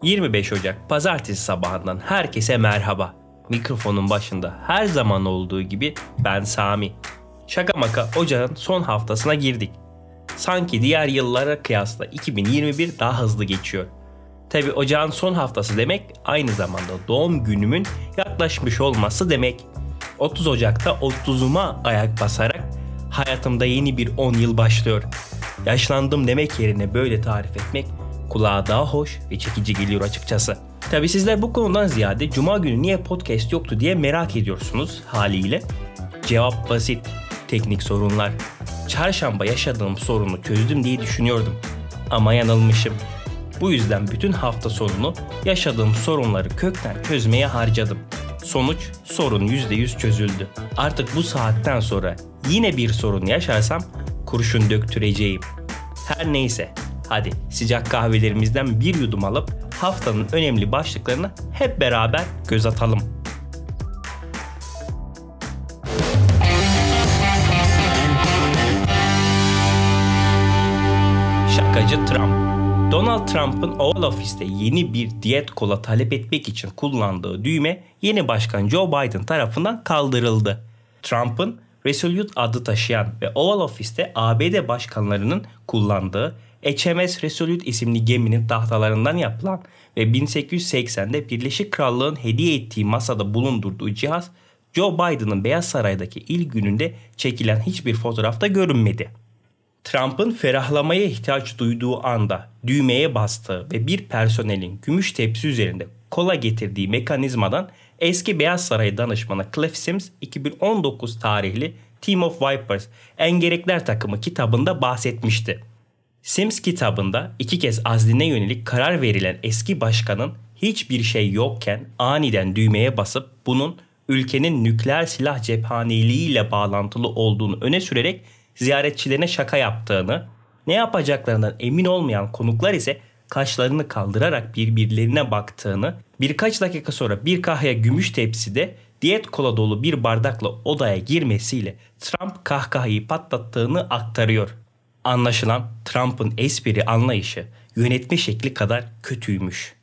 25 Ocak Pazartesi sabahından herkese merhaba. Mikrofonun başında her zaman olduğu gibi ben Sami. Şaka maka ocağın son haftasına girdik. Sanki diğer yıllara kıyasla 2021 daha hızlı geçiyor. Tabi ocağın son haftası demek aynı zamanda doğum günümün yaklaşmış olması demek. 30 Ocak'ta 30'uma ayak basarak hayatımda yeni bir 10 yıl başlıyor. Yaşlandım demek yerine böyle tarif etmek kulağa daha hoş ve çekici geliyor açıkçası. Tabi sizler bu konudan ziyade Cuma günü niye podcast yoktu diye merak ediyorsunuz haliyle. Cevap basit. Teknik sorunlar. Çarşamba yaşadığım sorunu çözdüm diye düşünüyordum. Ama yanılmışım. Bu yüzden bütün hafta sonunu yaşadığım sorunları kökten çözmeye harcadım. Sonuç sorun %100 çözüldü. Artık bu saatten sonra yine bir sorun yaşarsam kurşun döktüreceğim. Her neyse. Hadi sıcak kahvelerimizden bir yudum alıp haftanın önemli başlıklarına hep beraber göz atalım. Şakacı Trump. Donald Trump'ın Oval Office'te yeni bir diyet kola talep etmek için kullandığı düğme yeni başkan Joe Biden tarafından kaldırıldı. Trump'ın Resolute adı taşıyan ve Oval Office'te ABD başkanlarının kullandığı HMS Resolute isimli geminin tahtalarından yapılan ve 1880'de Birleşik Krallığın hediye ettiği masada bulundurduğu cihaz Joe Biden'ın Beyaz Saray'daki ilk gününde çekilen hiçbir fotoğrafta görünmedi. Trump'ın ferahlamaya ihtiyaç duyduğu anda düğmeye bastığı ve bir personelin gümüş tepsi üzerinde kola getirdiği mekanizmadan eski Beyaz Saray danışmanı Cliff Sims 2019 tarihli Team of Vipers Engerekler Takımı kitabında bahsetmişti. Sims kitabında 2 kez azline yönelik karar verilen eski başkanın hiçbir şey yokken aniden düğmeye basıp bunun ülkenin nükleer silah cephaneliğiyle bağlantılı olduğunu öne sürerek ziyaretçilerine şaka yaptığını, ne yapacaklarından emin olmayan konuklar ise kaşlarını kaldırarak birbirlerine baktığını, birkaç dakika sonra bir kahya gümüş tepside diyet kola dolu bir bardakla odaya girmesiyle Trump kahkahayı patlattığını aktarıyor. Anlaşılan Trump'ın espri anlayışı yönetme şekli kadar kötüymüş.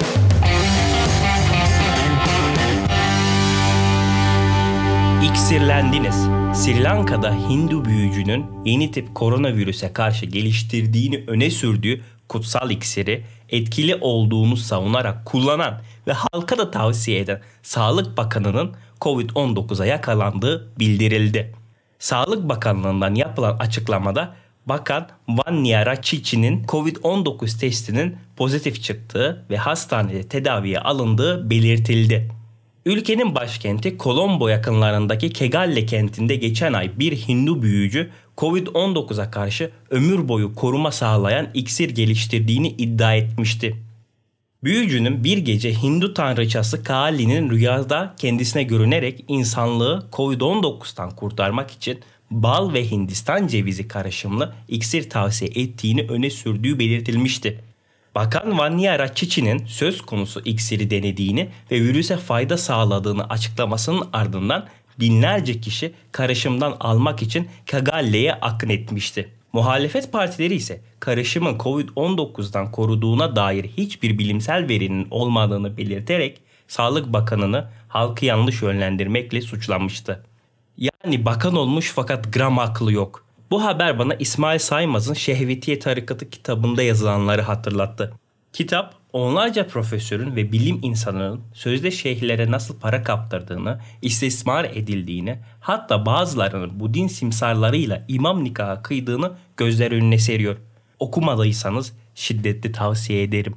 İksirlendiniz. Sri Lanka'da Hindu büyücünün yeni tip koronavirüse karşı geliştirdiğini öne sürdüğü kutsal iksiri etkili olduğunu savunarak kullanan ve halka da tavsiye eden Sağlık Bakanı'nın Covid-19'a yakalandığı bildirildi. Sağlık Bakanlığı'ndan yapılan açıklamada Bakan Vanya Rachici'nin Covid-19 testinin pozitif çıktığı ve hastanede tedaviye alındığı belirtildi. Ülkenin başkenti Colombo yakınlarındaki Kegalle kentinde geçen ay bir Hindu büyücü Covid-19'a karşı ömür boyu koruma sağlayan iksir geliştirdiğini iddia etmişti. Büyücünün bir gece Hindu tanrıçası Kali'nin rüyada kendisine görünerek insanlığı Covid-19'dan kurtarmak için bal ve Hindistan cevizi karışımlı iksir tavsiye ettiğini öne sürdüğü belirtilmişti. Bakan Vanya Rachici'nin söz konusu iksiri denediğini ve virüse fayda sağladığını açıklamasının ardından binlerce kişi karışımdan almak için Kegalle'ye akın etmişti. Muhalefet partileri ise karışımın Covid-19'dan koruduğuna dair hiçbir bilimsel verinin olmadığını belirterek Sağlık Bakanı'nı halkı yanlış yönlendirmekle suçlamıştı. Yani bakan olmuş fakat gram aklı yok. Bu haber bana İsmail Saymaz'ın Şehvetiye Tarikatı kitabında yazılanları hatırlattı. Kitap, onlarca profesörün ve bilim insanının sözde şeyhlere nasıl para kaptırdığını, istismar edildiğini, hatta bazılarının bu din simsarlarıyla imam nikahı kıydığını gözler önüne seriyor. Okumadıysanız şiddetli tavsiye ederim.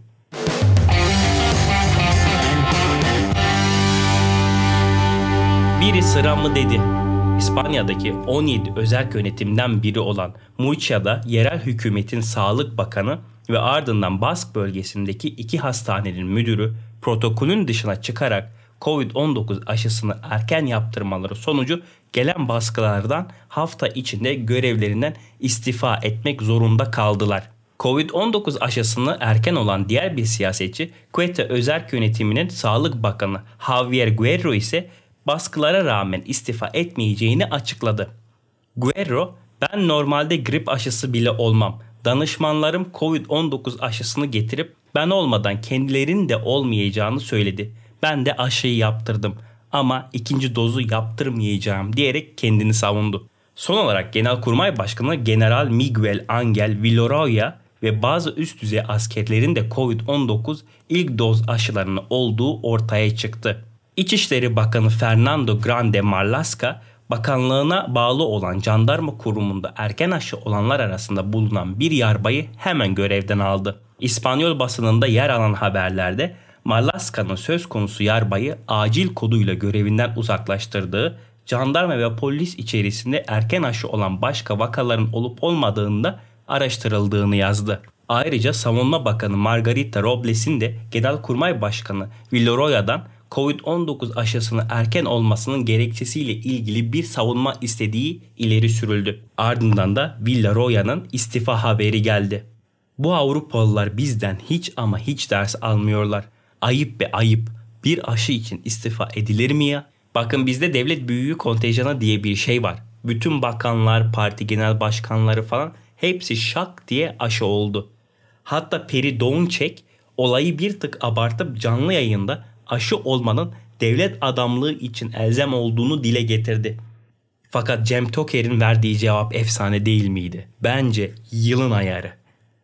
Biri sıra mı dedi. İspanya'daki 17 özerk yönetimden biri olan Murcia'da yerel hükümetin sağlık bakanı ve ardından Bask bölgesindeki 2 hastanenin müdürü protokolün dışına çıkarak Covid-19 aşısını erken yaptırmaları sonucu gelen baskılardan hafta içinde görevlerinden istifa etmek zorunda kaldılar. Covid-19 aşısını erken olan diğer bir siyasetçi Quetta özerk yönetiminin sağlık bakanı Javier Guerrero ise baskılara rağmen istifa etmeyeceğini açıkladı. Guerrero, "Ben normalde grip aşısı bile olmam. Danışmanlarım Covid-19 aşısını getirip ben olmadan kendilerinin de olmayacağını söyledi. Ben de aşıyı yaptırdım ama ikinci dozu yaptırmayacağım diyerek kendini savundu. Son olarak Genelkurmay Başkanı General Miguel Angel Villarroya ve bazı üst düzey askerlerin de Covid-19 ilk doz aşılarının olduğu ortaya çıktı. İçişleri Bakanı Fernando Grande Marlaska, bakanlığına bağlı olan jandarma kurumunda erken aşı olanlar arasında bulunan bir yarbayı hemen görevden aldı. İspanyol basınında yer alan haberlerde Marlaska'nın söz konusu yarbayı acil koduyla görevinden uzaklaştırdığı, jandarma ve polis içerisinde erken aşı olan başka vakaların olup olmadığını da araştırıldığını yazdı. Ayrıca Savunma Bakanı Margarita Robles'in de Genelkurmay Başkanı Villarroya'dan Covid-19 aşısının erken olmasının gerekçesiyle ilgili bir savunma istediği ileri sürüldü. Ardından da Villarroya'nın istifa haberi geldi. Bu Avrupalılar bizden hiç ama hiç ders almıyorlar. Ayıp be ayıp. Bir aşı için istifa edilir mi ya? Bakın bizde devlet büyüğü kontenjanı diye bir şey var. Bütün bakanlar, parti genel başkanları falan hepsi şak diye aşı oldu. Hatta Peri Doğunçek olayı bir tık abartıp canlı yayında aşı olmanın devlet adamlığı için elzem olduğunu dile getirdi. Fakat Cem Toker'in verdiği cevap efsane değil miydi? Bence yılın ayarı.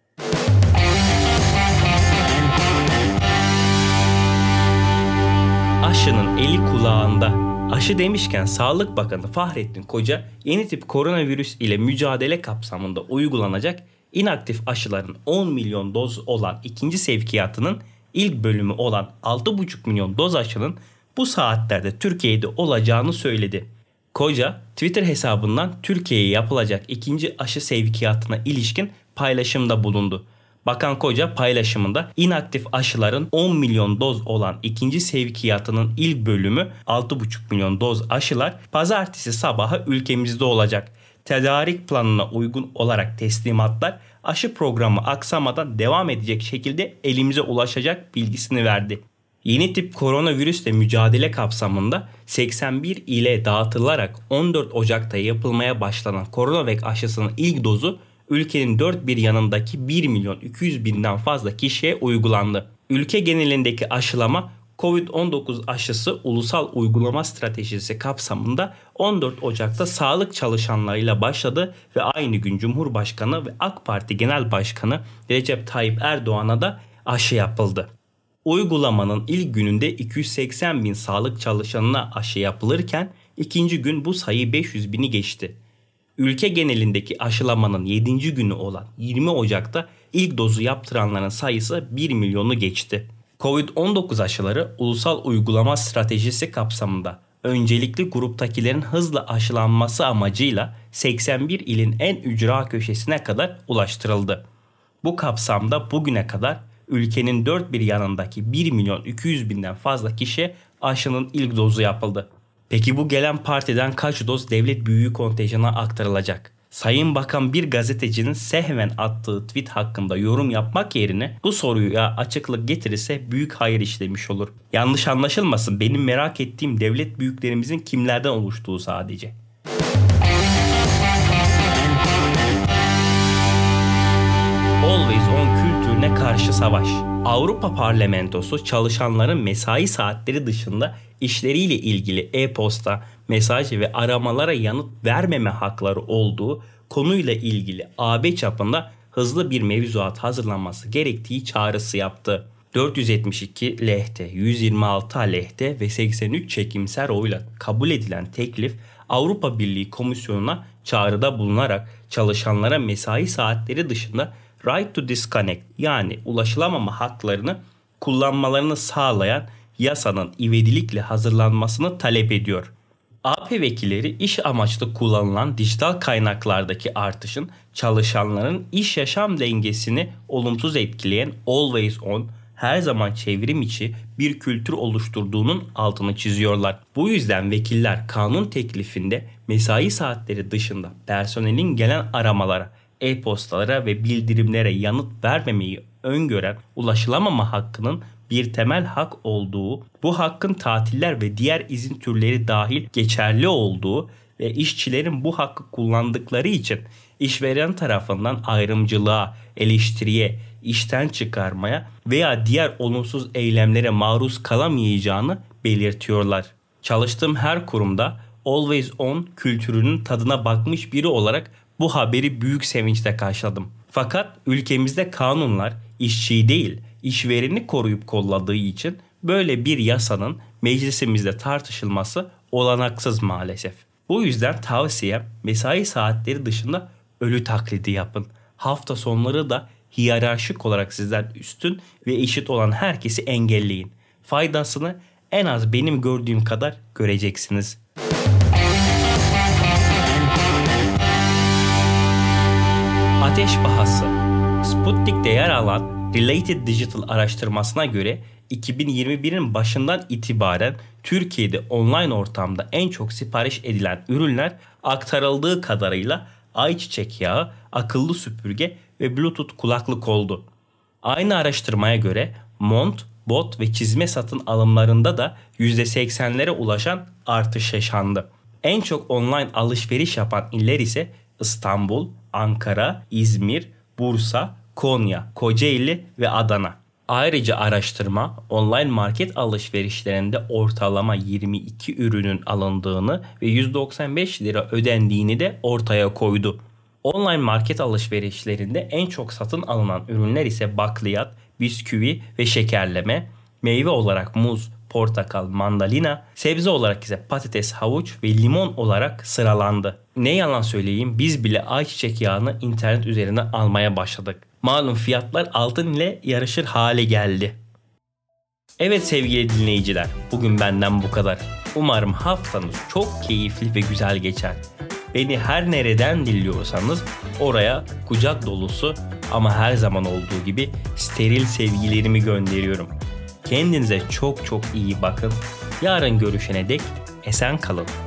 Aşının eli kulağında. Aşı demişken Sağlık Bakanı Fahrettin Koca yeni tip koronavirüs ile mücadele kapsamında uygulanacak inaktif aşıların 10 milyon doz olan ikinci sevkiyatının ilk bölümü olan 6,5 milyon doz aşının bu saatlerde Türkiye'de olacağını söyledi. Koca Twitter hesabından Türkiye'ye yapılacak ikinci aşı sevkiyatına ilişkin paylaşımda bulundu. Bakan Koca paylaşımında inaktif aşıların 10 milyon doz olan ikinci sevkiyatının ilk bölümü 6,5 milyon doz aşılar pazartesi sabahı ülkemizde olacak. Tedarik planına uygun olarak teslimatlar aşı programı aksamadan devam edecek şekilde elimize ulaşacak bilgisini verdi. Yeni tip koronavirüsle mücadele kapsamında 81 ile dağıtılarak 14 Ocak'ta yapılmaya başlanan CoronaVac aşısının ilk dozu ülkenin dört bir yanındaki 1 milyon 200 binden fazla kişiye uygulandı. Ülke genelindeki aşılama Covid-19 aşısı ulusal uygulama stratejisi kapsamında 14 Ocak'ta sağlık çalışanlarıyla başladı ve aynı gün Cumhurbaşkanı ve AK Parti Genel Başkanı Recep Tayyip Erdoğan'a da aşı yapıldı. Uygulamanın ilk gününde 280 bin sağlık çalışanına aşı yapılırken ikinci gün bu sayı 500 bini geçti. Ülke genelindeki aşılamanın 7. günü olan 20 Ocak'ta ilk dozu yaptıranların sayısı 1 milyonu geçti. Covid-19 aşıları ulusal uygulama stratejisi kapsamında öncelikli gruptakilerin hızla aşılanması amacıyla 81 ilin en ücra köşesine kadar ulaştırıldı. Bu kapsamda bugüne kadar ülkenin dört bir yanındaki 1 milyon 200 binden fazla kişiye aşının ilk dozu yapıldı. Peki bu gelen partiden kaç doz devlet büyüğü kontenjana aktarılacak? Sayın Bakan bir gazetecinin sehven attığı tweet hakkında yorum yapmak yerine bu soruya açıklık getirirse büyük hayır işlemiş olur. Yanlış anlaşılmasın, benim merak ettiğim devlet büyüklerimizin kimlerden oluştuğu sadece. Always on kültürüne karşı savaş. Avrupa Parlamentosu çalışanların mesai saatleri dışında işleriyle ilgili e-posta, mesaj ve aramalara yanıt vermeme hakları olduğu konuyla ilgili AB çapında hızlı bir mevzuat hazırlanması gerektiği çağrısı yaptı. 472 lehte, 126 aleyhte ve 83 çekimser oyla kabul edilen teklif Avrupa Birliği Komisyonu'na çağrıda bulunarak çalışanlara mesai saatleri dışında right to disconnect yani ulaşılamama haklarını kullanmalarını sağlayan yasanın ivedilikle hazırlanmasını talep ediyor. AP vekilleri iş amaçlı kullanılan dijital kaynaklardaki artışın çalışanların iş yaşam dengesini olumsuz etkileyen always on, her zaman çevrim içi bir kültür oluşturduğunun altını çiziyorlar. Bu yüzden vekiller kanun teklifinde mesai saatleri dışında personelin gelen aramalara, e-postalara ve bildirimlere yanıt vermemeyi öngören ulaşılamama hakkının bir temel hak olduğu, bu hakkın tatiller ve diğer izin türleri dahil geçerli olduğu ve işçilerin bu hakkı kullandıkları için işveren tarafından ayrımcılığa, eleştiriye, işten çıkarmaya veya diğer olumsuz eylemlere maruz kalamayacağını belirtiyorlar. Çalıştığım her kurumda always on kültürünün tadına bakmış biri olarak bu haberi büyük sevinçle karşıladım. Fakat ülkemizde kanunlar işçiyi değil, işvereni koruyup kolladığı için böyle bir yasanın meclisimizde tartışılması olanaksız maalesef. Bu yüzden tavsiyem mesai saatleri dışında ölü taklidi yapın. Hafta sonları da hiyerarşik olarak sizden üstün ve eşit olan herkesi engelleyin. Faydasını en az benim gördüğüm kadar göreceksiniz. Ateş pahası. Sputnik'te yer alan Related Digital araştırmasına göre 2021'in başından itibaren Türkiye'de online ortamda en çok sipariş edilen ürünler aktarıldığı kadarıyla ayçiçek yağı, akıllı süpürge ve Bluetooth kulaklık oldu. Aynı araştırmaya göre mont, bot ve çizme satın alımlarında da %80'lere ulaşan artış yaşandı. En çok online alışveriş yapan iller ise İstanbul, Ankara, İzmir, Bursa, Konya, Kocaeli ve Adana. Ayrıca araştırma online market alışverişlerinde ortalama 22 ürünün alındığını ve 195 lira ödendiğini de ortaya koydu. Online market alışverişlerinde en çok satın alınan ürünler ise bakliyat, bisküvi ve şekerleme, meyve olarak muz, portakal, mandalina, sebze olarak ise patates, havuç ve limon olarak sıralandı. Ne yalan söyleyeyim, biz bile ayçiçek yağını internet üzerinden almaya başladık. Malum fiyatlar altın ile yarışır hale geldi. Evet sevgili dinleyiciler, bugün benden bu kadar. Umarım haftanız çok keyifli ve güzel geçer. Beni her nereden dinliyorsanız oraya kucak dolusu ama her zaman olduğu gibi steril sevgilerimi gönderiyorum. Kendinize çok çok iyi bakın. Yarın görüşene dek esen kalın.